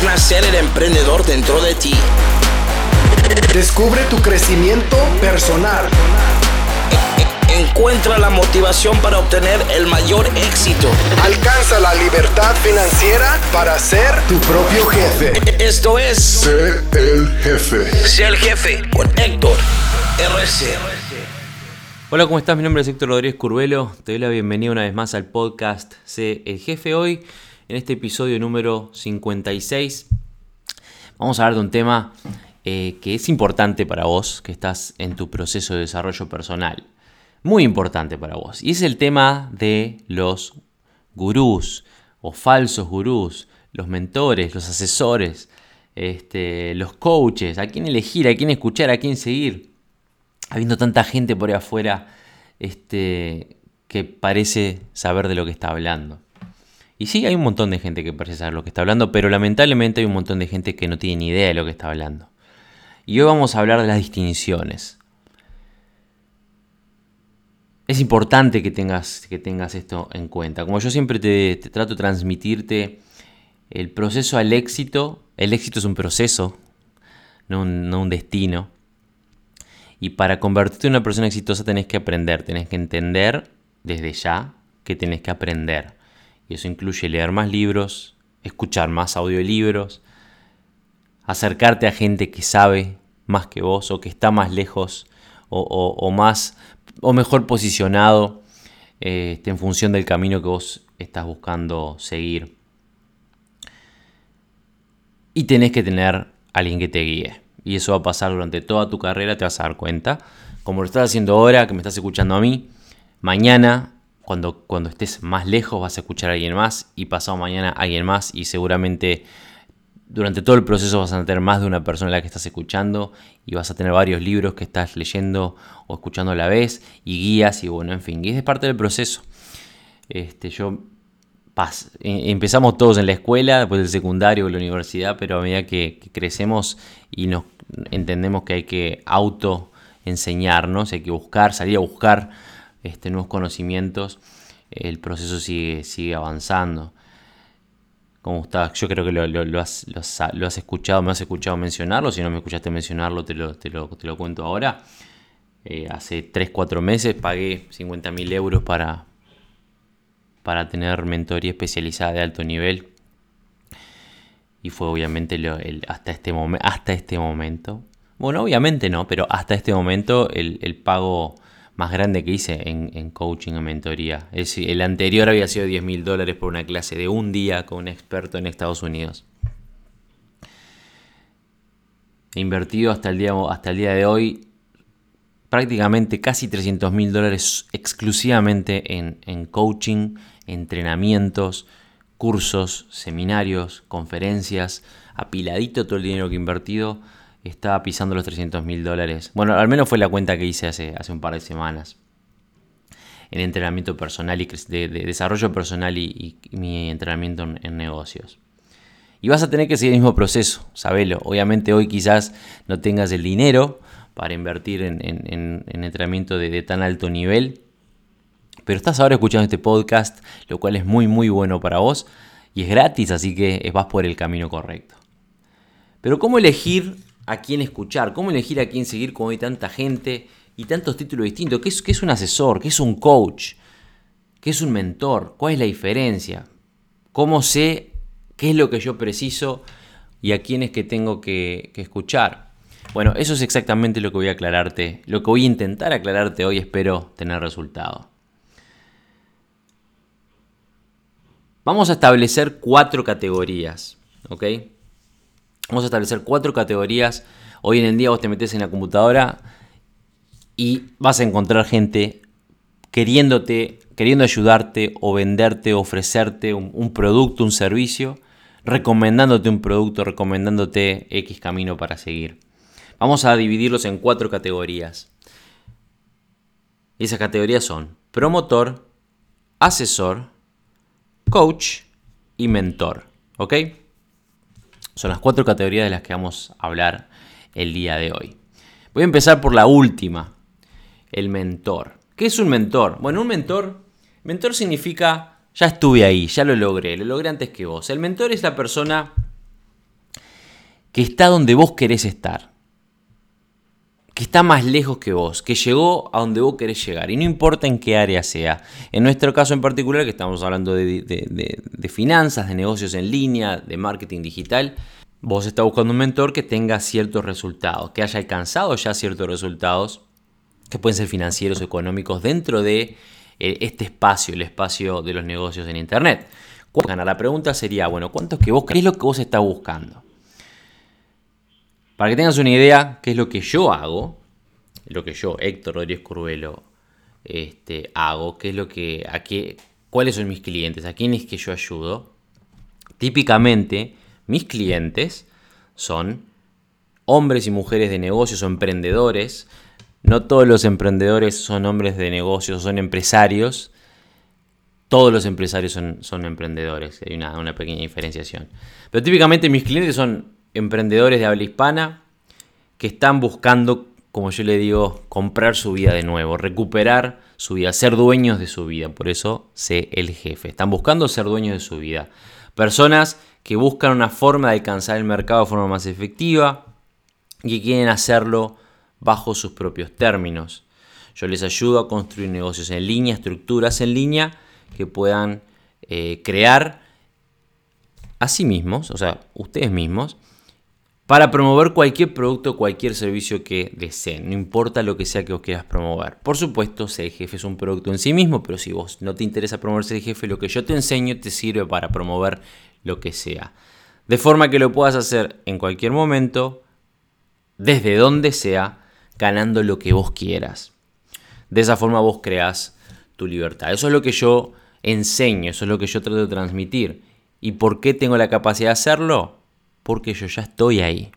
nacer el emprendedor dentro de ti. Descubre tu crecimiento personal. Encuentra la motivación para obtener el mayor éxito. Alcanza la libertad financiera para ser tu propio jefe. Esto es Sé el jefe. Sé el jefe con Héctor RC. Hola, ¿cómo estás? Mi nombre es Héctor Rodríguez Curbelo. Te doy la bienvenida una vez más al podcast Sé el jefe. Hoy, en este episodio número 56, vamos a hablar de un tema que es importante para vos, que estás en tu proceso de desarrollo personal. Muy importante para vos. Y es el tema de los gurús o falsos gurús, los mentores, los asesores, los coaches, a quién elegir, a quién escuchar, a quién seguir. Habiendo tanta gente por ahí afuera que parece saber de lo que está hablando. Y sí, hay un montón de gente que parece saber lo que está hablando, pero lamentablemente hay un montón de gente que no tiene ni idea de lo que está hablando. Y hoy vamos a hablar de las distinciones. Es importante que tengas esto en cuenta. Como yo siempre te trato de transmitirte el proceso al éxito. El éxito es un proceso, no un destino. Y para convertirte en una persona exitosa tenés que aprender, tenés que entender desde ya que tenés que aprender. Y eso incluye leer más libros, escuchar más audiolibros, acercarte a gente que sabe más que vos o que está más lejos o mejor posicionado en función del camino que vos estás buscando seguir. Y tenés que tener alguien que te guíe. Y eso va a pasar durante toda tu carrera, te vas a dar cuenta. Como lo estás haciendo ahora, que me estás escuchando a mí, mañana, cuando estés más lejos, vas a escuchar a alguien más, y pasado mañana a alguien más, y seguramente durante todo el proceso vas a tener más de una persona a la que estás escuchando, y vas a tener varios libros que estás leyendo o escuchando a la vez, y guías, y bueno, en fin, y es parte del proceso. Empezamos todos en la escuela, después del secundario, en la universidad, pero a medida que crecemos y nos entendemos que hay que autoenseñarnos, hay que salir a buscar nuevos conocimientos, el proceso sigue avanzando. Como está, yo creo que lo has escuchado, me has escuchado mencionarlo. Si no me escuchaste mencionarlo, te lo cuento ahora. Hace 3-4 meses pagué 50.000 euros para tener mentoría especializada de alto nivel. Y fue obviamente hasta este momento. Bueno, obviamente no, pero hasta este momento el pago más grande que hice en coaching o mentoría. El anterior había sido $10.000 por una clase de un día con un experto en Estados Unidos. He invertido hasta el día de hoy prácticamente casi $300.000 exclusivamente en coaching, entrenamientos, cursos, seminarios, conferencias. Apiladito todo el dinero que he invertido, estaba pisando los $300.000. Bueno, al menos fue la cuenta que hice hace un par de semanas. En entrenamiento personal y de desarrollo personal y mi entrenamiento en negocios. Y vas a tener que seguir el mismo proceso, sabelo. Obviamente hoy quizás no tengas el dinero para invertir en entrenamiento de tan alto nivel. Pero estás ahora escuchando este podcast, lo cual es muy muy bueno para vos. Y es gratis, así que vas por el camino correcto. Pero ¿cómo elegir a quién escuchar? ¿Cómo elegir a quién seguir cuando hay tanta gente y tantos títulos distintos? ¿Qué es un asesor? ¿Qué es un coach? ¿Qué es un mentor? ¿Cuál es la diferencia? ¿Cómo sé qué es lo que yo preciso y a quién es que tengo que escuchar? Bueno, eso es exactamente lo que voy a aclararte, lo que voy a intentar aclararte hoy. Espero tener resultado. Vamos a establecer 4 categorías, ¿ok? Vamos a establecer 4 categorías. Hoy en día vos te metés en la computadora y vas a encontrar gente queriendo ayudarte o venderte, ofrecerte un producto, un servicio, recomendándote un producto, recomendándote X camino para seguir. Vamos a dividirlos en 4 categorías. Y esas categorías son promotor, asesor, coach y mentor, ¿ok? Son las 4 categorías de las que vamos a hablar el día de hoy. Voy a empezar por la última, el mentor. ¿Qué es un mentor? Bueno, un mentor significa ya estuve ahí, ya lo logré antes que vos. El mentor es la persona que está donde vos querés estar, que está más lejos que vos, que llegó a donde vos querés llegar, y no importa en qué área sea. En nuestro caso en particular, que estamos hablando de finanzas, de negocios en línea, de marketing digital, vos estás buscando un mentor que tenga ciertos resultados, que haya alcanzado ya ciertos resultados, que pueden ser financieros o económicos dentro de este espacio, el espacio de los negocios en Internet. La pregunta sería, bueno, ¿qué es lo que vos estás buscando? Para que tengas una idea, qué es lo que yo hago, lo que yo, Héctor Rodríguez Curvelo, hago, cuáles son mis clientes, a quiénes que yo ayudo. Típicamente, mis clientes son hombres y mujeres de negocios o emprendedores. No todos los emprendedores son hombres de negocios, son empresarios. Todos los empresarios son emprendedores, hay una pequeña diferenciación. Pero típicamente mis clientes son emprendedores de habla hispana que están buscando, como yo le digo, comprar su vida de nuevo, recuperar su vida, ser dueños de su vida. Por eso sé el jefe. Están buscando ser dueños de su vida. Personas que buscan una forma de alcanzar el mercado de forma más efectiva y que quieren hacerlo bajo sus propios términos. Yo les ayudo a construir negocios en línea, estructuras en línea que puedan crear a sí mismos, o sea, ustedes mismos, para promover cualquier producto o cualquier servicio que deseen, no importa lo que sea que vos quieras promover. Por supuesto, Ser el Jefe es un producto en sí mismo, pero si vos no te interesa promover Ser el Jefe, lo que yo te enseño te sirve para promover lo que sea. De forma que lo puedas hacer en cualquier momento, desde donde sea, ganando lo que vos quieras. De esa forma vos creás tu libertad. Eso es lo que yo enseño, eso es lo que yo trato de transmitir. ¿Y por qué tengo la capacidad de hacerlo? Porque yo ya estoy ahí.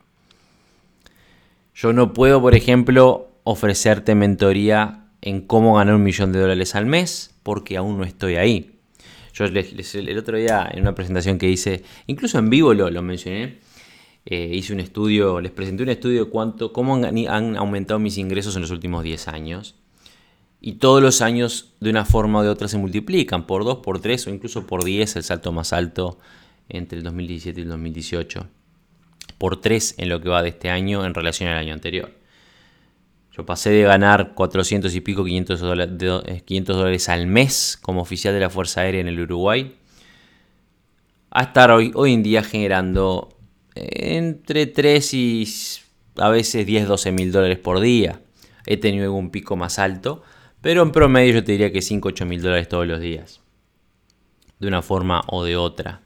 Yo no puedo, por ejemplo, ofrecerte mentoría en cómo ganar $1 millón al mes, porque aún no estoy ahí. Yo el otro día, en una presentación que hice, incluso en vivo lo mencioné, hice un estudio, les presenté un estudio de cómo han aumentado mis ingresos en los últimos 10 años. Y todos los años, de una forma o de otra, se multiplican por 2, por 3 o incluso por 10, el salto más alto entre el 2017 y el 2018. Por 3 en lo que va de este año en relación al año anterior. Yo pasé de ganar 400 y pico, $500 al mes como oficial de la Fuerza Aérea en el Uruguay, a estar hoy en día generando entre 3 y a veces 10, $12,000 por día. He tenido algún pico más alto, pero en promedio yo te diría que $5, $8,000 todos los días. De una forma o de otra.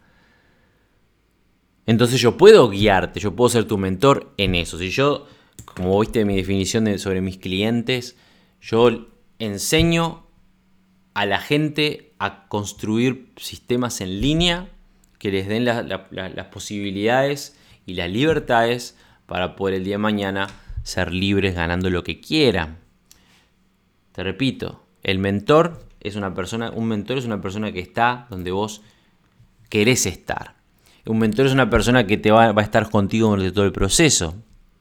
Entonces yo puedo guiarte, yo puedo ser tu mentor en eso. Si yo, como viste mi definición sobre mis clientes, yo enseño a la gente a construir sistemas en línea que les den las posibilidades y las libertades para poder el día de mañana ser libres ganando lo que quieran. Te repito, un mentor es una persona que está donde vos querés estar. Un mentor es una persona que va a estar contigo durante todo el proceso.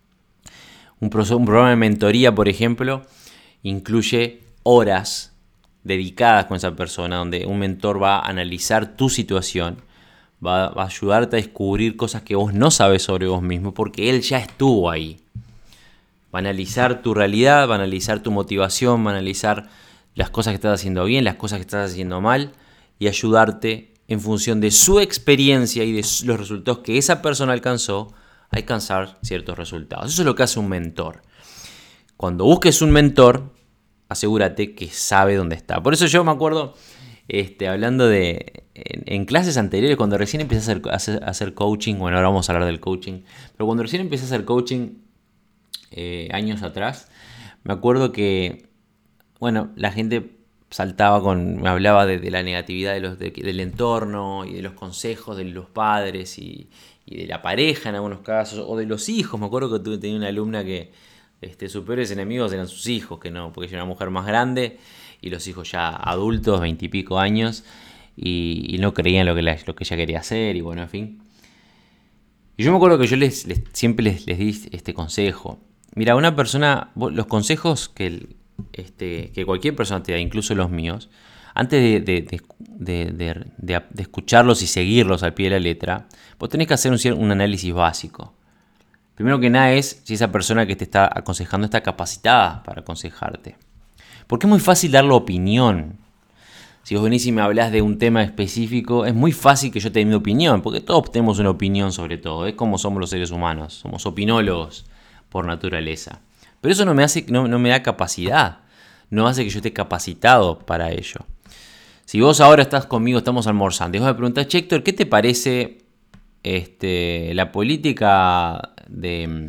Un programa de mentoría, por ejemplo, incluye horas dedicadas con esa persona, donde un mentor va a analizar tu situación, va a ayudarte a descubrir cosas que vos no sabes sobre vos mismo, porque él ya estuvo ahí. Va a analizar tu realidad, va a analizar tu motivación, va a analizar las cosas que estás haciendo bien, las cosas que estás haciendo mal, y ayudarte en función de su experiencia y de los resultados que esa persona alcanzó, a alcanzar ciertos resultados. Eso es lo que hace un mentor. Cuando busques un mentor, asegúrate que sabe dónde está. Por eso yo me acuerdo, hablando en clases anteriores, cuando recién empecé a hacer coaching, bueno, ahora vamos a hablar del coaching, pero cuando recién empecé a hacer coaching, años atrás, me acuerdo que, bueno, la gente me hablaba de la negatividad del entorno y de los consejos de los padres y de la pareja en algunos casos, o de los hijos. Me acuerdo que tenía una alumna que sus peores enemigos eran sus hijos, que no, porque ella era una mujer más grande y los hijos ya adultos, 20 y pico años, y no creían lo que ella quería hacer, y bueno, en fin. Y yo me acuerdo que yo siempre les di este consejo. Mira, una persona, los consejos que cualquier persona te da, incluso los míos, antes de escucharlos y seguirlos al pie de la letra, vos tenés que hacer un análisis básico. Primero que nada es si esa persona que te está aconsejando está capacitada para aconsejarte. Porque es muy fácil dar la opinión. Si vos venís y me hablás de un tema específico, es muy fácil que yo te dé mi opinión, porque todos tenemos una opinión sobre todo. Es como somos los seres humanos, somos opinólogos por naturaleza. Pero eso no me da capacidad, no hace que yo esté capacitado para ello. Si vos ahora estás conmigo, estamos almorzando, y vos me preguntás, che, Héctor, ¿qué te parece la política de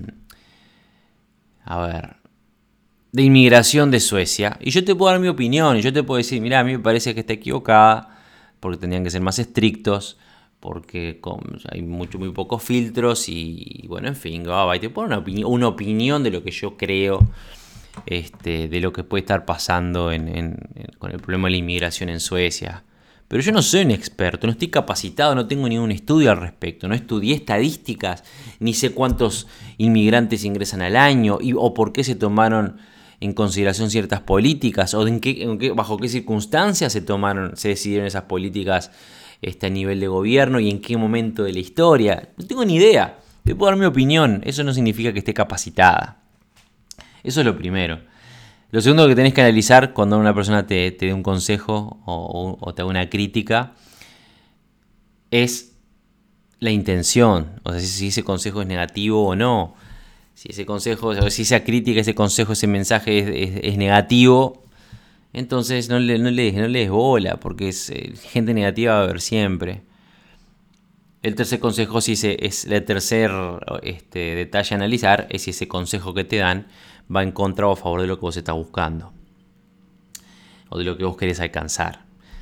inmigración de Suecia? Y yo te puedo dar mi opinión, y yo te puedo decir, mirá, a mí me parece que está equivocada, porque tendrían que ser más estrictos, porque hay muy pocos filtros, y bueno, en fin, y te puedo dar una opinión de lo que yo creo, de lo que puede estar pasando con el problema de la inmigración en Suecia. Pero yo no soy un experto, no estoy capacitado, no tengo ningún estudio al respecto, no estudié estadísticas, ni sé cuántos inmigrantes ingresan al año, o por qué se tomaron en consideración ciertas políticas, o bajo qué circunstancias se decidieron esas políticas a nivel de gobierno y en qué momento de la historia. No tengo ni idea, te puedo dar mi opinión, eso no significa que esté capacitada. Eso es lo primero. Lo segundo que tenés que analizar cuando una persona te dé un consejo o te haga una crítica es la intención. O sea, si ese consejo es negativo o no. Si esa crítica, ese consejo, ese mensaje es negativo, entonces no le des bola, porque gente negativa va a haber siempre. El tercer consejo, el tercer detalle a analizar, es si ese consejo que te dan va en contra o a favor de lo que vos estás buscando o de lo que vos querés alcanzar.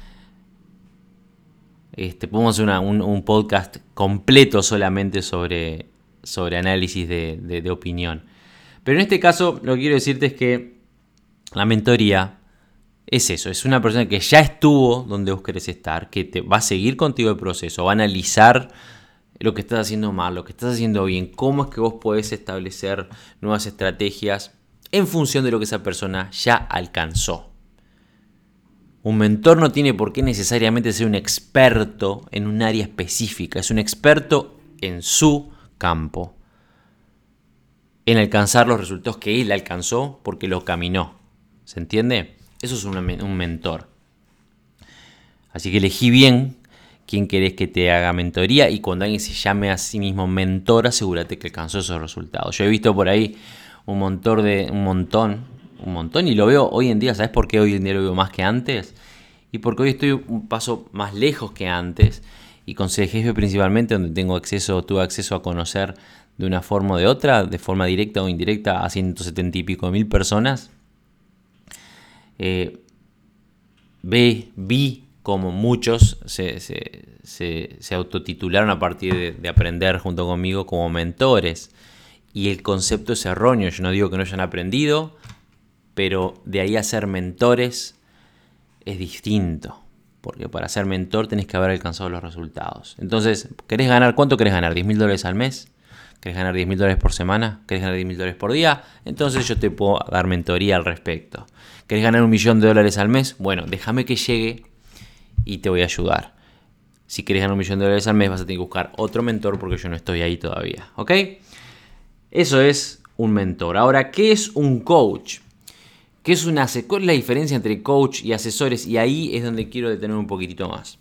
Podemos hacer un podcast completo solamente sobre análisis de opinión. Pero en este caso lo que quiero decirte es que la mentoría es eso, es una persona que ya estuvo donde vos querés estar, que te va a seguir contigo el proceso, va a analizar lo que estás haciendo mal, lo que estás haciendo bien, cómo es que vos podés establecer nuevas estrategias en función de lo que esa persona ya alcanzó. Un mentor no tiene por qué necesariamente ser un experto en un área específica, es un experto en su campo, en alcanzar los resultados que él alcanzó porque lo caminó. ¿Se entiende? Eso es un mentor. Así que elegí bien quién querés que te haga mentoría, y cuando alguien se llame a sí mismo mentor, asegúrate que alcanzó esos resultados. Yo he visto por ahí un montón, y lo veo hoy en día. ¿Sabes por qué hoy en día lo veo más que antes? Y porque hoy estoy un paso más lejos que antes, y con CDGF principalmente, donde tuve acceso a conocer de una forma o de otra, de forma directa o indirecta, a 170 y pico mil personas. Vi como muchos se autotitularon a partir de aprender junto conmigo como mentores, y el concepto es erróneo. Yo no digo que no hayan aprendido, pero de ahí a ser mentores es distinto, porque para ser mentor tenés que haber alcanzado los resultados. Entonces, ¿cuánto querés ganar? $10,000 al mes? ¿Querés ganar $10,000 por semana? ¿Querés ganar $10,000 por día? Entonces yo te puedo dar mentoría al respecto. ¿Querés ganar $1,000,000 al mes? Bueno, déjame que llegue y te voy a ayudar. Si querés ganar $1,000,000 al mes, vas a tener que buscar otro mentor, porque yo no estoy ahí todavía. ¿Ok? Eso es un mentor. Ahora, ¿qué es un coach? ¿Cuál es la diferencia entre coach y asesores? Y ahí es donde quiero detener un poquitito más.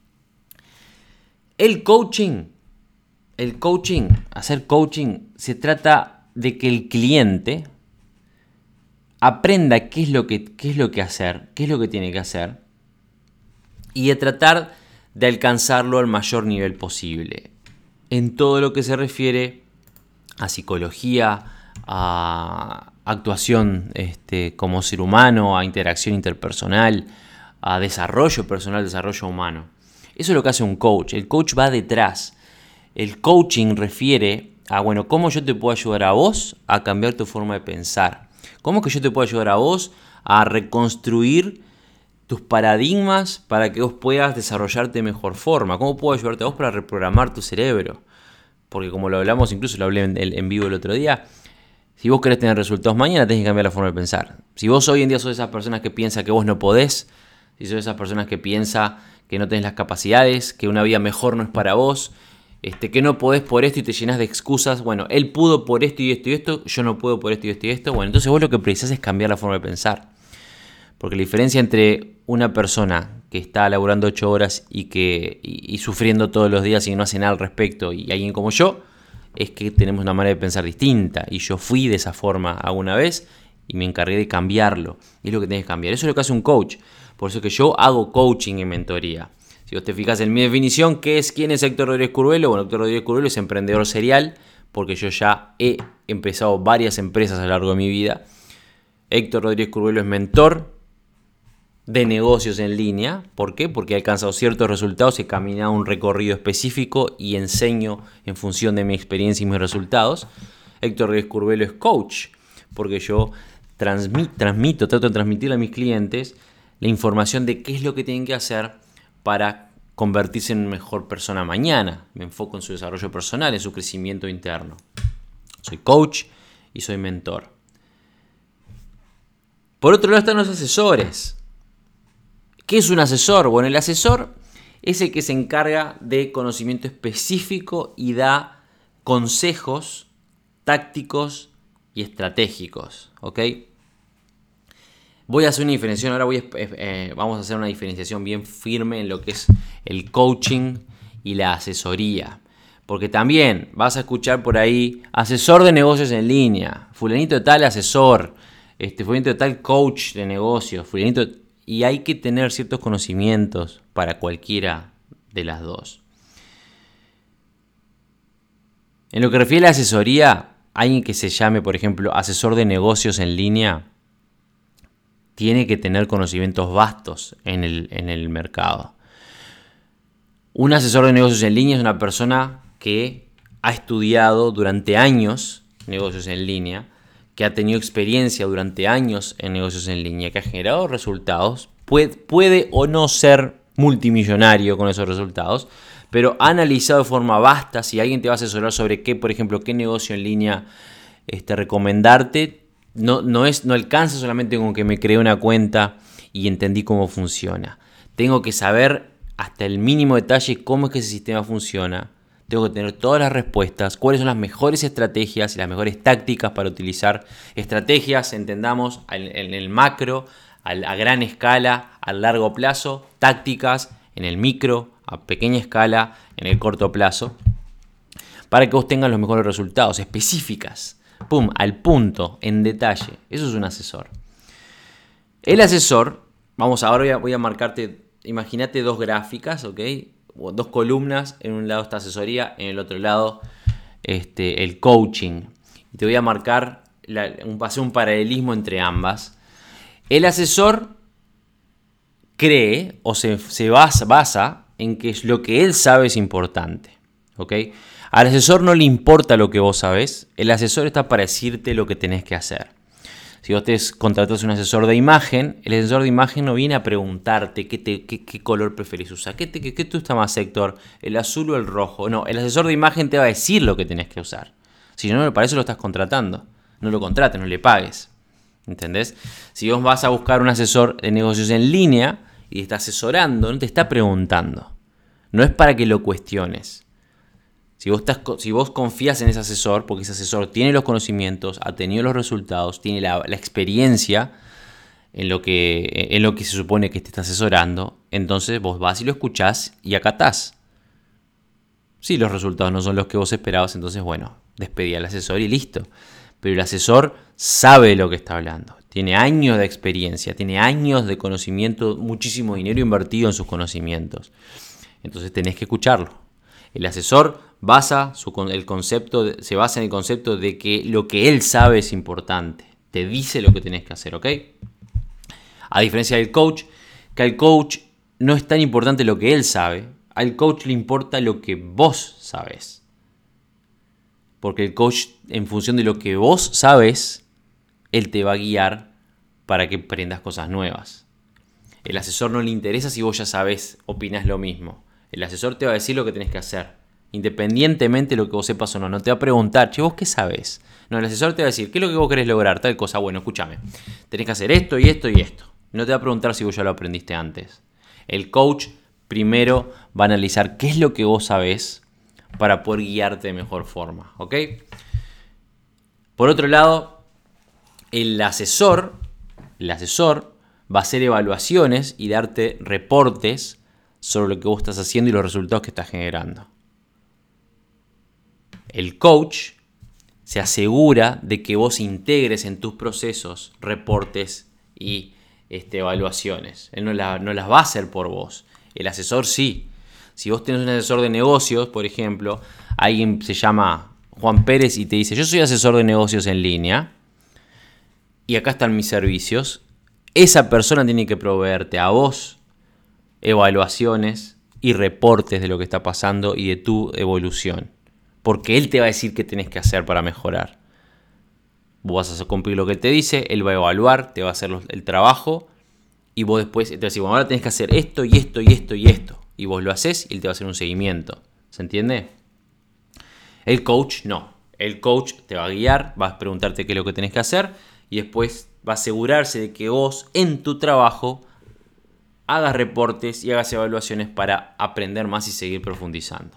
Hacer coaching, se trata de que el cliente aprenda qué es lo que hacer, qué es lo que tiene que hacer, y de tratar de alcanzarlo al mayor nivel posible en todo lo que se refiere a psicología, a actuación como ser humano, a interacción interpersonal, a desarrollo personal, desarrollo humano. Eso es lo que hace un coach. El coach va detrás. El coaching refiere a, cómo yo te puedo ayudar a vos a cambiar tu forma de pensar. Cómo es que yo te puedo ayudar a vos a reconstruir tus paradigmas para que vos puedas desarrollarte de mejor forma. Cómo puedo ayudarte a vos para reprogramar tu cerebro. Porque como lo hablamos, incluso lo hablé en vivo el otro día, si vos querés tener resultados mañana, tenés que cambiar la forma de pensar. Si vos hoy en día sos de esas personas que piensan que vos no podés, si sos de esas personas que piensan que no tenés las capacidades, que una vida mejor no es para vos, que no podés por esto y te llenas de excusas. Bueno, él pudo por esto y esto y esto, yo no puedo por esto y esto y esto. Bueno, entonces vos lo que precisás es cambiar la forma de pensar. Porque la diferencia entre una persona que está laburando 8 horas y sufriendo todos los días y no hace nada al respecto, y alguien como yo, es que tenemos una manera de pensar distinta. Y yo fui de esa forma alguna vez y me encargué de cambiarlo. Y es lo que tenés que cambiar. Eso es lo que hace un coach. Por eso es que yo hago coaching en mentoría. Si vos te fijas en mi definición, ¿quién es Héctor Rodríguez Curvelo? Bueno, Héctor Rodríguez Curvelo es emprendedor serial, porque yo ya he empezado varias empresas a lo largo de mi vida. Héctor Rodríguez Curvelo es mentor de negocios en línea. ¿Por qué? Porque he alcanzado ciertos resultados, he caminado un recorrido específico y enseño en función de mi experiencia y mis resultados. Héctor Rodríguez Curvelo es coach, porque yo trato de transmitirle a mis clientes la información de qué es lo que tienen que hacer para convertirse en una mejor persona mañana. Me enfoco en su desarrollo personal, en su crecimiento interno. Soy coach y soy mentor. Por otro lado están los asesores. ¿Qué es un asesor? Bueno, el asesor es el que se encarga de conocimiento específico y da consejos tácticos y estratégicos. ¿Ok? Voy a hacer una diferenciación, ahora vamos a hacer una diferenciación bien firme en lo que es el coaching y la asesoría. Porque también vas a escuchar por ahí, asesor de negocios en línea, fulanito de tal asesor, fulanito de tal coach de negocios, y hay que tener ciertos conocimientos para cualquiera de las dos. En lo que refiere a la asesoría, alguien que se llame, por ejemplo, asesor de negocios en línea, tiene que tener conocimientos vastos en el mercado. Un asesor de negocios en línea es una persona que ha estudiado durante años negocios en línea, que ha tenido experiencia durante años en negocios en línea, que ha generado resultados, puede o no ser multimillonario con esos resultados, pero ha analizado de forma vasta. Si alguien te va a asesorar sobre por ejemplo, qué negocio en línea recomendarte, no alcanza solamente con que me creé una cuenta y entendí cómo funciona. Tengo que saber hasta el mínimo detalle cómo es que ese sistema funciona. Tengo que tener todas las respuestas, cuáles son las mejores estrategias y las mejores tácticas para utilizar. Estrategias, entendamos, en el macro, a gran escala, a largo plazo. Tácticas en el micro, a pequeña escala, en el corto plazo. Para que vos tengas los mejores resultados, específicas. Pum, al punto, en detalle. Eso es un asesor. El asesor, ahora voy a marcarte, imagínate 2 gráficas, ¿ok? O 2 columnas, en un lado está asesoría, en el otro lado el coaching. Y te voy a marcar, hacer un paralelismo entre ambas. El asesor cree o se basa en que lo que él sabe es importante, ¿ok? Al asesor no le importa lo que vos sabés, el asesor está para decirte lo que tenés que hacer. Si vos te contratás un asesor de imagen, el asesor de imagen no viene a preguntarte qué color preferís usar. ¿Qué te gusta más, Héctor? ¿El azul o el rojo? No, el asesor de imagen te va a decir lo que tenés que usar. Si no, para eso lo estás contratando. No lo contrates, no le pagues. ¿Entendés? Si vos vas a buscar un asesor de negocios en línea y te está asesorando, no te está preguntando. No es para que lo cuestiones. Si vos confías en ese asesor, porque ese asesor tiene los conocimientos, ha tenido los resultados, tiene la experiencia en lo que se supone que te está asesorando, entonces vos vas y lo escuchás y acatás. Si los resultados no son los que vos esperabas, entonces bueno, despedí al asesor y listo. Pero el asesor sabe lo que está hablando, tiene años de experiencia, tiene años de conocimiento, muchísimo dinero invertido en sus conocimientos. Entonces tenés que escucharlo. El asesor se basa en el concepto de que lo que él sabe es importante. Te dice lo que tenés que hacer, ¿ok? A diferencia del coach, que al coach no es tan importante lo que él sabe. Al coach le importa lo que vos sabés. Porque el coach, en función de lo que vos sabés, él te va a guiar para que aprendas cosas nuevas. El asesor no le interesa si vos ya sabés, opinás lo mismo. El asesor te va a decir lo que tenés que hacer, independientemente de lo que vos sepas o no. No te va a preguntar, che, ¿vos qué sabés? No, el asesor te va a decir, ¿qué es lo que vos querés lograr? Tal cosa, bueno, escúchame. Tenés que hacer esto y esto y esto. No te va a preguntar si vos ya lo aprendiste antes. El coach primero va a analizar qué es lo que vos sabés, para poder guiarte de mejor forma, ¿ok? Por otro lado, el asesor va a hacer evaluaciones y darte reportes sobre lo que vos estás haciendo y los resultados que estás generando. El coach se asegura de que vos integres en tus procesos reportes y evaluaciones. Él no las va a hacer por vos. El asesor sí. Si vos tenés un asesor de negocios, por ejemplo, alguien se llama Juan Pérez y te dice: yo soy asesor de negocios en línea y acá están mis servicios. Esa persona tiene que proveerte a vos evaluaciones y reportes de lo que está pasando y de tu evolución. Porque él te va a decir qué tenés que hacer para mejorar. Vos vas a cumplir lo que él te dice, él va a evaluar, te va a hacer el trabajo y vos después te va a decir: bueno, ahora tenés que hacer esto y esto y esto y esto. Y vos lo haces y él te va a hacer un seguimiento. ¿Se entiende? El coach no. El coach te va a guiar, va a preguntarte qué es lo que tenés que hacer y después va a asegurarse de que vos en tu trabajo hagas reportes y hagas evaluaciones para aprender más y seguir profundizando.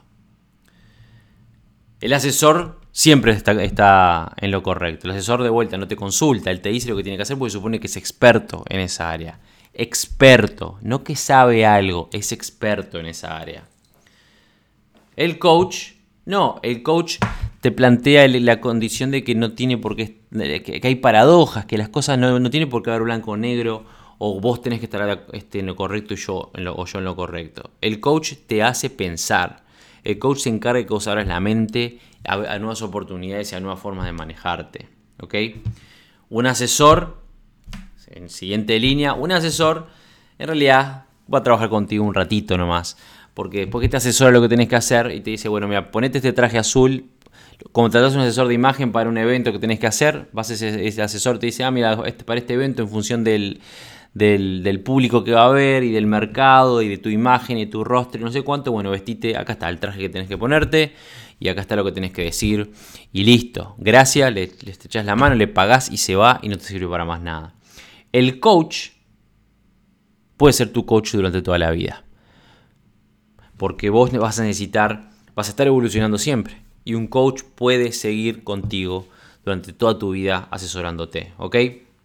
El asesor siempre está en lo correcto. El asesor de vuelta no te consulta, él te dice lo que tiene que hacer porque supone que es experto en esa área. Experto, no que sabe algo, es experto en esa área. El coach, no, el coach te plantea la condición de que no tiene por qué, que hay paradojas, que las cosas no tienen por qué haber blanco o negro, o vos tenés que estar en lo correcto y yo en lo correcto. El coach te hace pensar. El coach se encarga de que vos abras la mente a nuevas oportunidades y a nuevas formas de manejarte. ¿Ok? Un asesor, en siguiente línea, un asesor en realidad va a trabajar contigo un ratito nomás. Porque después que te asesora lo que tenés que hacer y te dice: bueno, mira, ponete este traje azul. Contratás un asesor de imagen para un evento que tenés que hacer. Ese asesor te dice: mira, para este evento, en función del público que va a haber y del mercado y de tu imagen y tu rostro y no sé cuánto, bueno, vestite, acá está el traje que tenés que ponerte y acá está lo que tenés que decir y listo. Gracias, le echás la mano, le pagás y se va y no te sirve para más nada. El coach puede ser tu coach durante toda la vida, porque vos vas a estar evolucionando siempre y un coach puede seguir contigo durante toda tu vida asesorándote, ¿ok?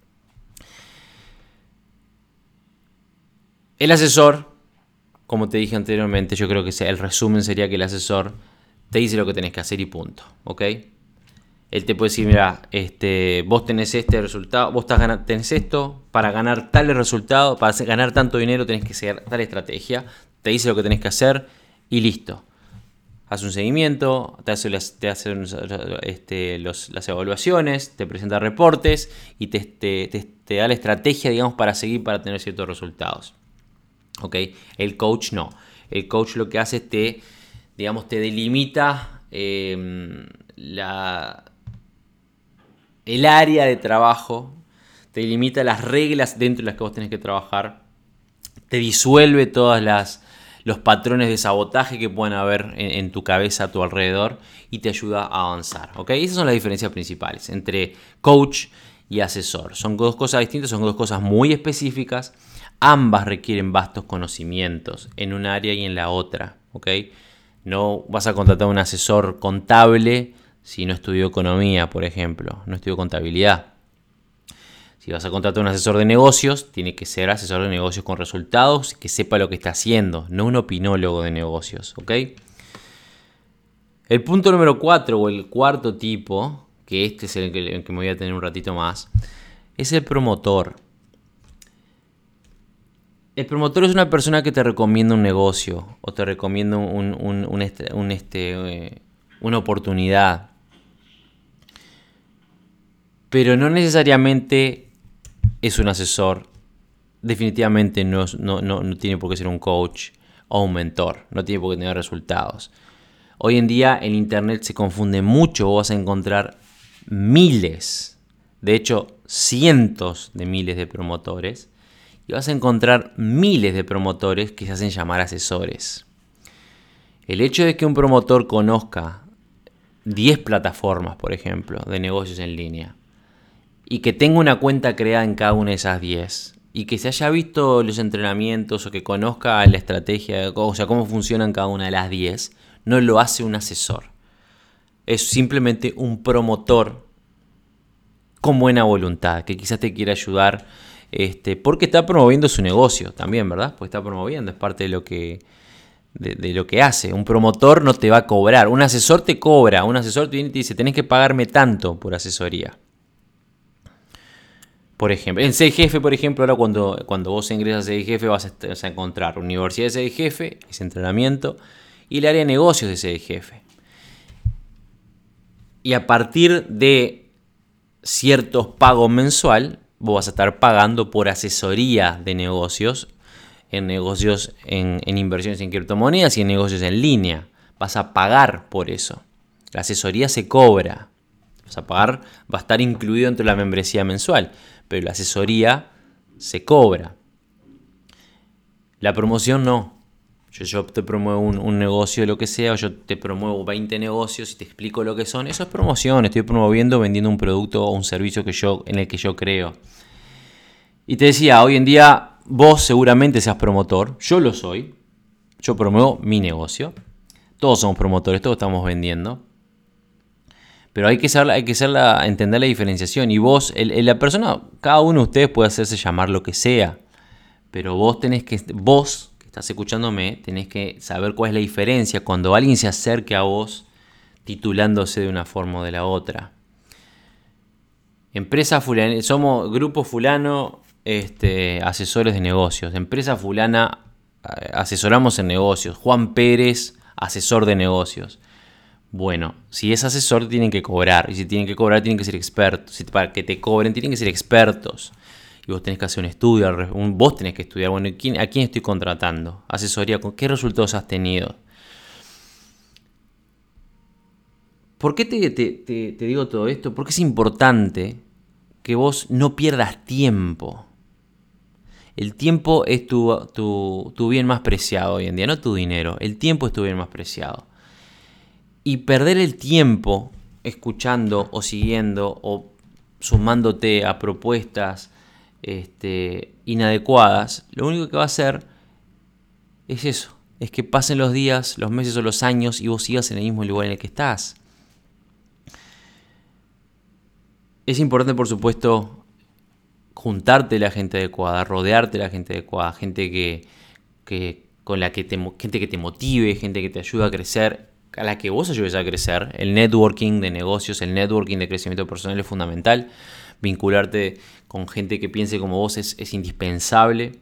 El asesor, como te dije anteriormente, yo creo que el resumen sería que el asesor te dice lo que tenés que hacer y punto, ¿ok? Él te puede decir: mira, vos tenés este resultado, vos tenés esto, para ganar tales resultados, para ganar tanto dinero tenés que seguir tal estrategia, te dice lo que tenés que hacer y listo. Haz un seguimiento, te hace las evaluaciones, te presenta reportes y te da la estrategia, digamos, para seguir, para tener ciertos resultados. ¿Ok? El coach no. El coach lo que hace es te delimita el área de trabajo, te delimita las reglas dentro de las que vos tenés que trabajar, te disuelve todas los patrones de sabotaje que puedan haber en tu cabeza, a tu alrededor, y te ayuda a avanzar. ¿Ok? Esas son las diferencias principales entre coach y asesor. Son dos cosas distintas, son dos cosas muy específicas. Ambas requieren vastos conocimientos en un área y en la otra. ¿Ok? No vas a contratar a un asesor contable si no estudió economía, por ejemplo, no estudió contabilidad. Si vas a contratar a un asesor de negocios, tiene que ser asesor de negocios con resultados, que sepa lo que está haciendo, no un opinólogo de negocios, ¿ok? El punto número 4 o el cuarto tipo, que este es el que me voy a tener un ratito más, es el promotor. El promotor es una persona que te recomienda un negocio o te recomienda una oportunidad, pero no necesariamente es un asesor. Definitivamente no tiene por qué ser un coach o un mentor, no tiene por qué tener resultados. Hoy en día en internet se confunde mucho, vos vas a encontrar miles, de hecho cientos de miles de promotores, y vas a encontrar miles de promotores que se hacen llamar asesores. El hecho de que un promotor conozca 10 plataformas, por ejemplo, de negocios en línea, y que tenga una cuenta creada en cada una de esas 10, y que se haya visto los entrenamientos o que conozca la estrategia, o sea, cómo funcionan cada una de las 10, no lo hace un asesor. Es simplemente un promotor con buena voluntad, que quizás te quiera ayudar, porque está promoviendo su negocio también, ¿verdad? Pues está promoviendo, es parte de lo que hace. Un promotor no te va a cobrar, un asesor te cobra, un asesor te viene y te dice, tenés que pagarme tanto por asesoría. Por ejemplo, en CDGF, por ejemplo, ahora cuando vos ingresas a CDGF vas a encontrar Universidad de CDGF, ese entrenamiento, y el área de negocios de CDGF. Y a partir de ciertos pagos mensual, vos vas a estar pagando por asesoría de negocios, en inversiones en criptomonedas y en negocios en línea. Vas a pagar por eso. La asesoría se cobra. Vas a pagar, va a estar incluido dentro de la membresía mensual, pero la asesoría se cobra. La promoción no. Yo te promuevo un negocio, lo que sea, o yo te promuevo 20 negocios y te explico lo que son. Eso es promoción. Estoy vendiendo un producto o un servicio en el que yo creo. Y te decía, hoy en día vos seguramente seas promotor. Yo lo soy. Yo promuevo mi negocio. Todos somos promotores, todos estamos vendiendo. Pero hay que entender la diferenciación. Y vos, la persona, cada uno de ustedes puede hacerse llamar lo que sea. Pero vos que estás escuchándome, tenés que saber cuál es la diferencia cuando alguien se acerque a vos titulándose de una forma o de la otra. Empresa fulana, somos grupo fulano, asesores de negocios. Empresa fulana, asesoramos en negocios. Juan Pérez, asesor de negocios. Bueno, si es asesor tienen que cobrar. Y si tienen que cobrar tienen que ser expertos. Para que te cobren tienen que ser expertos. Y vos tenés que hacer un estudio, vos tenés que estudiar, bueno, ¿a quién estoy contratando? Asesoría, ¿con qué resultados has tenido? ¿Por qué te digo todo esto? Porque es importante que vos no pierdas tiempo. El tiempo es tu bien más preciado hoy en día, no tu dinero. El tiempo es tu bien más preciado. Y perder el tiempo escuchando o siguiendo o sumándote a propuestas inadecuadas, lo único que va a hacer es eso, es que pasen los días, los meses o los años y vos sigas en el mismo lugar en el que estás. Es importante, por supuesto, juntarte la gente adecuada, rodearte de la gente adecuada, gente que te motive, gente que te ayude a crecer, a la que vos ayudes a crecer. El networking de negocios, el networking de crecimiento personal es fundamental. Vincularte con gente que piense como vos es indispensable.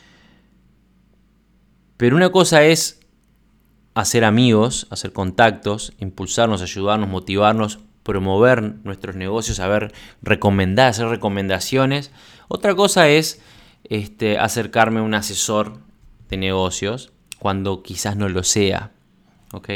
Pero una cosa es hacer amigos, hacer contactos, impulsarnos, ayudarnos, motivarnos, promover nuestros negocios, hacer recomendaciones. Otra cosa es acercarme a un asesor de negocios cuando quizás no lo sea. ¿Ok?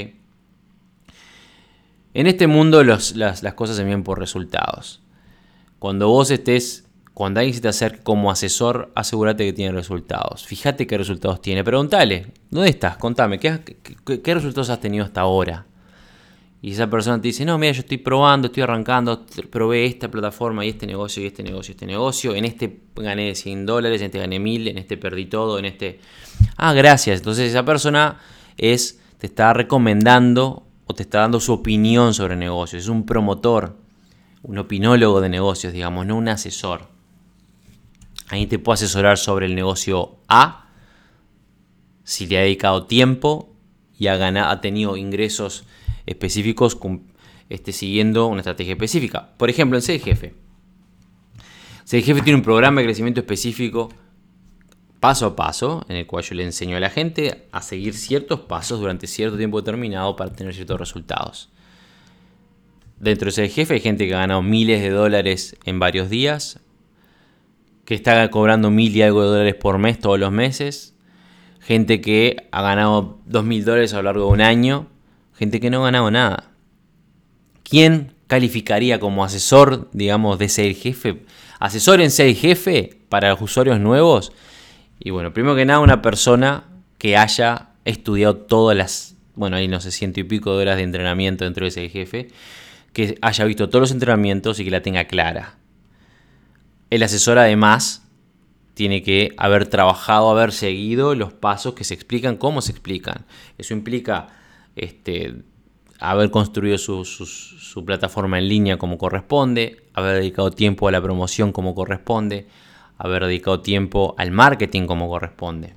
En este mundo las cosas se miden por resultados. Cuando alguien se te acerque como asesor, asegúrate que tiene resultados. Fíjate qué resultados tiene. Preguntale, ¿dónde estás? Contame, ¿qué resultados has tenido hasta ahora? Y esa persona te dice, no, mira, yo estoy probando, estoy arrancando, probé esta plataforma y este negocio y este negocio. En este gané $100, en este gané 1000, en este perdí todo, en este... Ah, gracias. Entonces esa persona te está recomendando o te está dando su opinión sobre negocios. Es un promotor, un opinólogo de negocios, digamos, no un asesor. Ahí te puedo asesorar sobre el negocio A, si le ha dedicado tiempo y ha tenido ingresos específicos siguiendo una estrategia específica. Por ejemplo, en CDGF. CDGF tiene un programa de crecimiento específico paso a paso, en el cual yo le enseño a la gente a seguir ciertos pasos durante cierto tiempo determinado para tener ciertos resultados. Dentro de CDGF hay gente que ha ganado miles de dólares en varios días, que está cobrando $1000 y algo de dólares por mes todos los meses, gente que ha ganado $2000 a lo largo de un año, gente que no ha ganado nada. ¿Quién calificaría como asesor, digamos, de CDGF? Asesor en CDGF para los usuarios nuevos. Y bueno, primero que nada, una persona que haya estudiado todas las, hay no sé, 100 y pico de horas de entrenamiento dentro de CDGF, que haya visto todos los entrenamientos y que la tenga clara. El asesor además tiene que haber trabajado, haber seguido los pasos que se explican, cómo se explican. Eso implica haber construido su plataforma en línea como corresponde, haber dedicado tiempo a la promoción como corresponde, haber dedicado tiempo al marketing como corresponde.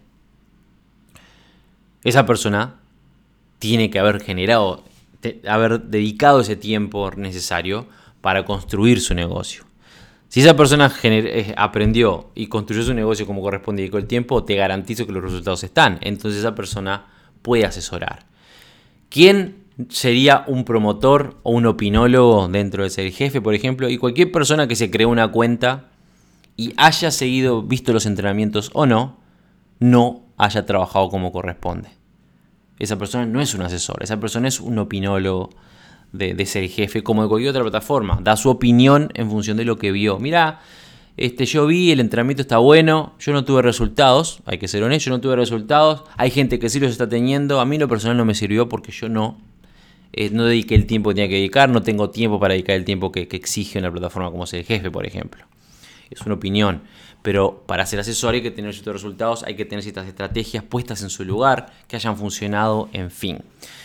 Esa persona tiene que haber dedicado ese tiempo necesario para construir su negocio. Si esa persona aprendió y construyó su negocio como corresponde y dedicó el tiempo, te garantizo que los resultados están. Entonces esa persona puede asesorar. ¿Quién sería un promotor o un opinólogo dentro de ser jefe, por ejemplo? Y cualquier persona que se creó una cuenta y haya visto los entrenamientos o no haya trabajado como corresponde. Esa persona no es un asesor, esa persona es un opinólogo de ser jefe, como de cualquier otra plataforma. Da su opinión en función de lo que vio. Mirá, yo vi, el entrenamiento está bueno, yo no tuve resultados, hay que ser honesto, yo no tuve resultados, hay gente que sí los está teniendo, a mí en lo personal no me sirvió porque yo no dediqué el tiempo que tenía que dedicar, no tengo tiempo para dedicar el tiempo que exige una plataforma como ser jefe, por ejemplo. Es una opinión, pero para ser asesor hay que tener ciertos resultados, hay que tener ciertas estrategias puestas en su lugar, que hayan funcionado, en fin.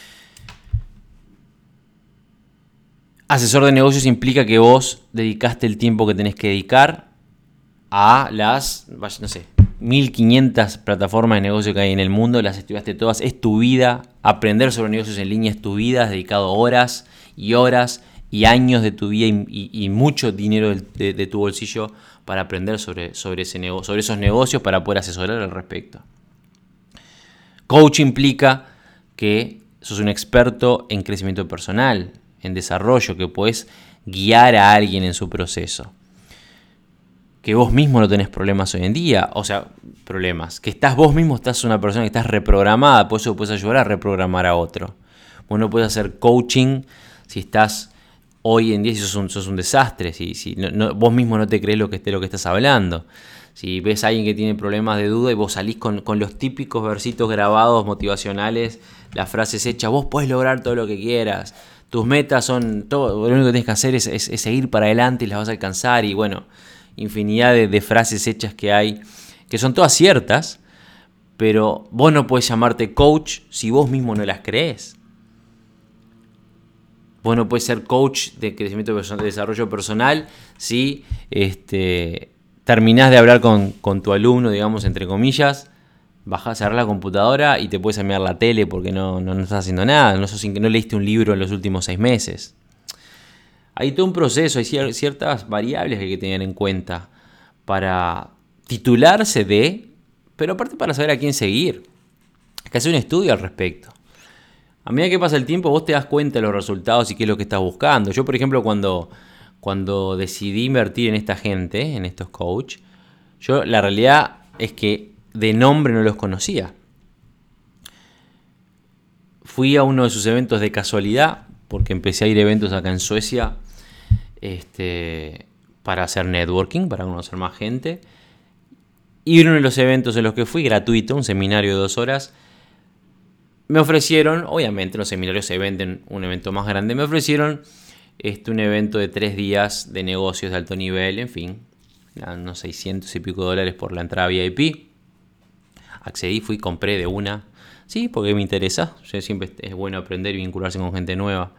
Asesor de negocios implica que vos dedicaste el tiempo que tenés que dedicar a las, 1500 plataformas de negocio que hay en el mundo, las estudiaste todas, es tu vida, aprender sobre negocios en línea es tu vida, has dedicado horas y horas y años de tu vida y mucho dinero de tu bolsillo para aprender sobre esos negocios, para poder asesorar al respecto. Coach implica que sos un experto en crecimiento personal, en desarrollo, que podés guiar a alguien en su proceso. Que vos mismo no tenés problemas hoy en día, que vos mismo estás una persona que estás reprogramada, por eso puedes ayudar a reprogramar a otro. Vos no puedes hacer coaching si estás hoy en día, si sos un desastre, si vos mismo no te crees lo que estás hablando. Si ves a alguien que tiene problemas de duda y vos salís con los típicos versitos grabados motivacionales, las frases hechas, vos podés lograr todo lo que quieras. Tus metas son todo, lo único que tienes que hacer es seguir para adelante y las vas a alcanzar. Y bueno, infinidad de frases hechas que hay, que son todas ciertas, pero vos no podés llamarte coach si vos mismo no las crees. Vos no podés ser coach de crecimiento personal, de desarrollo personal, si terminás de hablar con tu alumno, digamos, entre comillas, cerrás la computadora y te puedes enviar la tele porque no estás haciendo nada, no leíste un libro en los últimos 6 meses. Hay todo un proceso, hay ciertas variables que hay que tener en cuenta para titularse pero aparte para saber a quién seguir. Hay que hacer un estudio al respecto. A medida que pasa el tiempo vos te das cuenta de los resultados y qué es lo que estás buscando. Yo, por ejemplo, cuando decidí invertir en esta gente, en estos coach, la realidad es que de nombre no los conocía. Fui a uno de sus eventos de casualidad, porque empecé a ir a eventos acá en Suecia para hacer networking, para conocer más gente. Y uno de los eventos en los que fui, gratuito, un seminario de 2 horas, me ofrecieron, obviamente los seminarios se venden un evento más grande, me ofrecieron un evento de 3 días de negocios de alto nivel, en fin, unos 600 y pico dólares por la entrada VIP. Accedí, compré de una. Sí, porque me interesa. Siempre es bueno aprender y vincularse con gente nueva.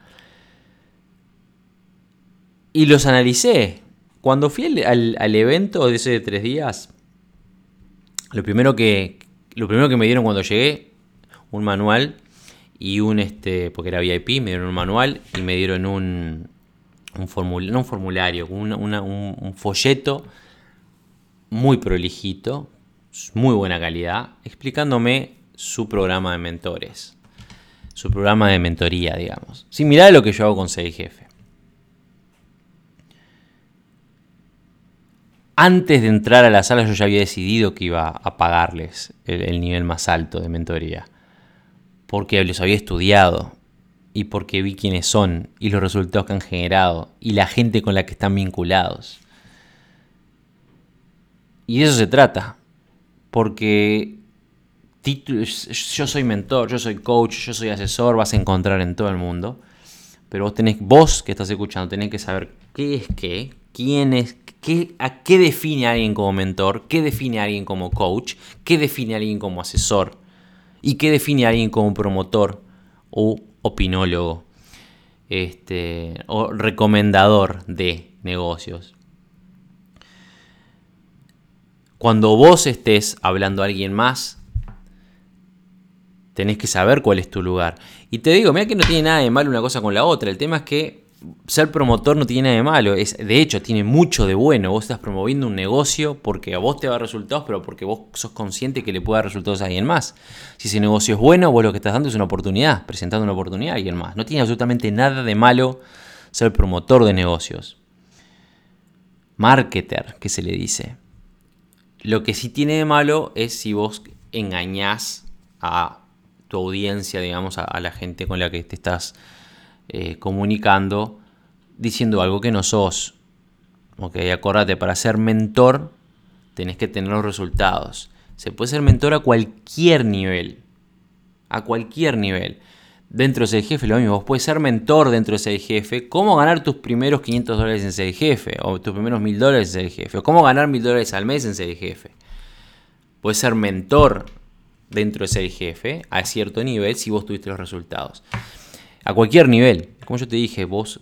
Y los analicé. Cuando fui al evento de ese de 3 días, lo primero que me dieron cuando llegué, un manual y porque era VIP, me dieron un manual y me dieron un formulario, un folleto muy prolijito, muy buena calidad, explicándome su programa de mentores, su programa de mentoría, digamos. Similar a lo que yo hago con Ser Jefe. Antes de entrar a la sala yo ya había decidido que iba a pagarles el nivel más alto de mentoría, porque los había estudiado y porque vi quiénes son y los resultados que han generado y la gente con la que están vinculados. Y de eso se trata. Porque yo soy mentor, yo soy coach, yo soy asesor, vas a encontrar en todo el mundo. Pero vos que estás escuchando, tenés que saber qué es qué, quién es, a qué define a alguien como mentor, qué define a alguien como coach, qué define a alguien como asesor y qué define a alguien como promotor u opinólogo o recomendador de negocios. Cuando vos estés hablando a alguien más, tenés que saber cuál es tu lugar. Y te digo, mira que no tiene nada de malo una cosa con la otra. El tema es que ser promotor no tiene nada de malo. De hecho, tiene mucho de bueno. Vos estás promoviendo un negocio porque a vos te va a dar resultados, pero porque vos sos consciente que le puede dar resultados a alguien más. Si ese negocio es bueno, vos lo que estás dando es una oportunidad, presentando una oportunidad a alguien más. No tiene absolutamente nada de malo ser promotor de negocios. Marketer, que se le dice. Lo que sí tiene de malo es si vos engañás a tu audiencia, digamos, a la gente con la que te estás comunicando, diciendo algo que no sos. Ok, acordate, para ser mentor tenés que tener los resultados. Se puede ser mentor a cualquier nivel. A cualquier nivel. Dentro de CLJF lo mismo. Vos puedes ser mentor dentro de CLJF. Cómo ganar tus primeros $500 en CLJF. O tus primeros $1.000 en CLJF. O cómo ganar $1.000 al mes en CLJF. Puedes ser mentor dentro de CLJF a cierto nivel si vos tuviste los resultados. A cualquier nivel. Como yo te dije, vos,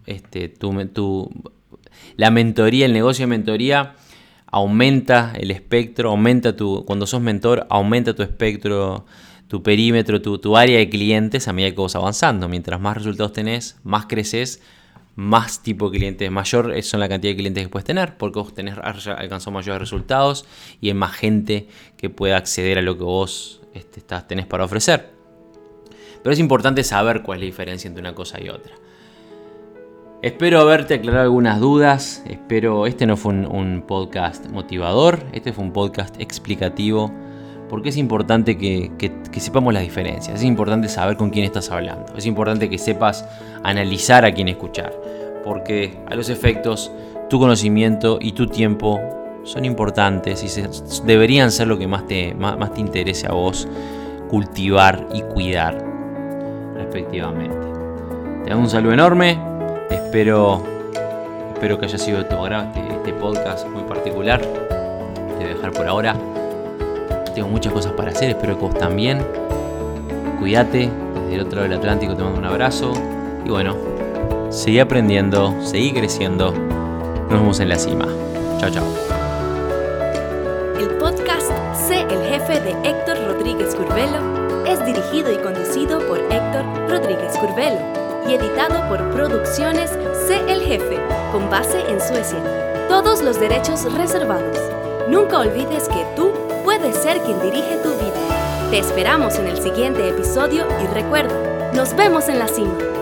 la mentoría, el negocio de mentoría aumenta el espectro, cuando sos mentor, aumenta tu espectro, tu perímetro, tu área de clientes a medida que vos avanzando. Mientras más resultados tenés, más creces, más tipo de clientes, mayor son la cantidad de clientes que puedes tener, porque vos alcanzado mayores resultados y hay más gente que pueda acceder a lo que vos tenés para ofrecer. Pero es importante saber cuál es la diferencia entre una cosa y otra. Espero haberte aclarado algunas dudas. Este no fue un podcast motivador, este fue un podcast explicativo, porque es importante que sepamos las diferencias. Es importante saber con quién estás hablando. Es importante que sepas analizar a quién escuchar, porque a los efectos tu conocimiento y tu tiempo son importantes y deberían ser lo que más te interese a vos cultivar y cuidar respectivamente. Te mando un saludo enorme. Espero que haya sido de tu agrado este podcast muy particular. Te voy a dejar por ahora. Tengo muchas cosas para hacer, espero que vos también. Cuídate, desde el otro lado del Atlántico te mando un abrazo. Y bueno, seguí aprendiendo, seguí creciendo. Nos vemos en la cima. Chao, chao. El podcast Sé el Jefe de Héctor Rodríguez Curvelo es dirigido y conducido por Héctor Rodríguez Curvelo y editado por Producciones Sé el Jefe, con base en Suecia. Todos los derechos reservados. Nunca olvides que tú puedes ser quien dirige tu vida. Te esperamos en el siguiente episodio y recuerda, nos vemos en la cima.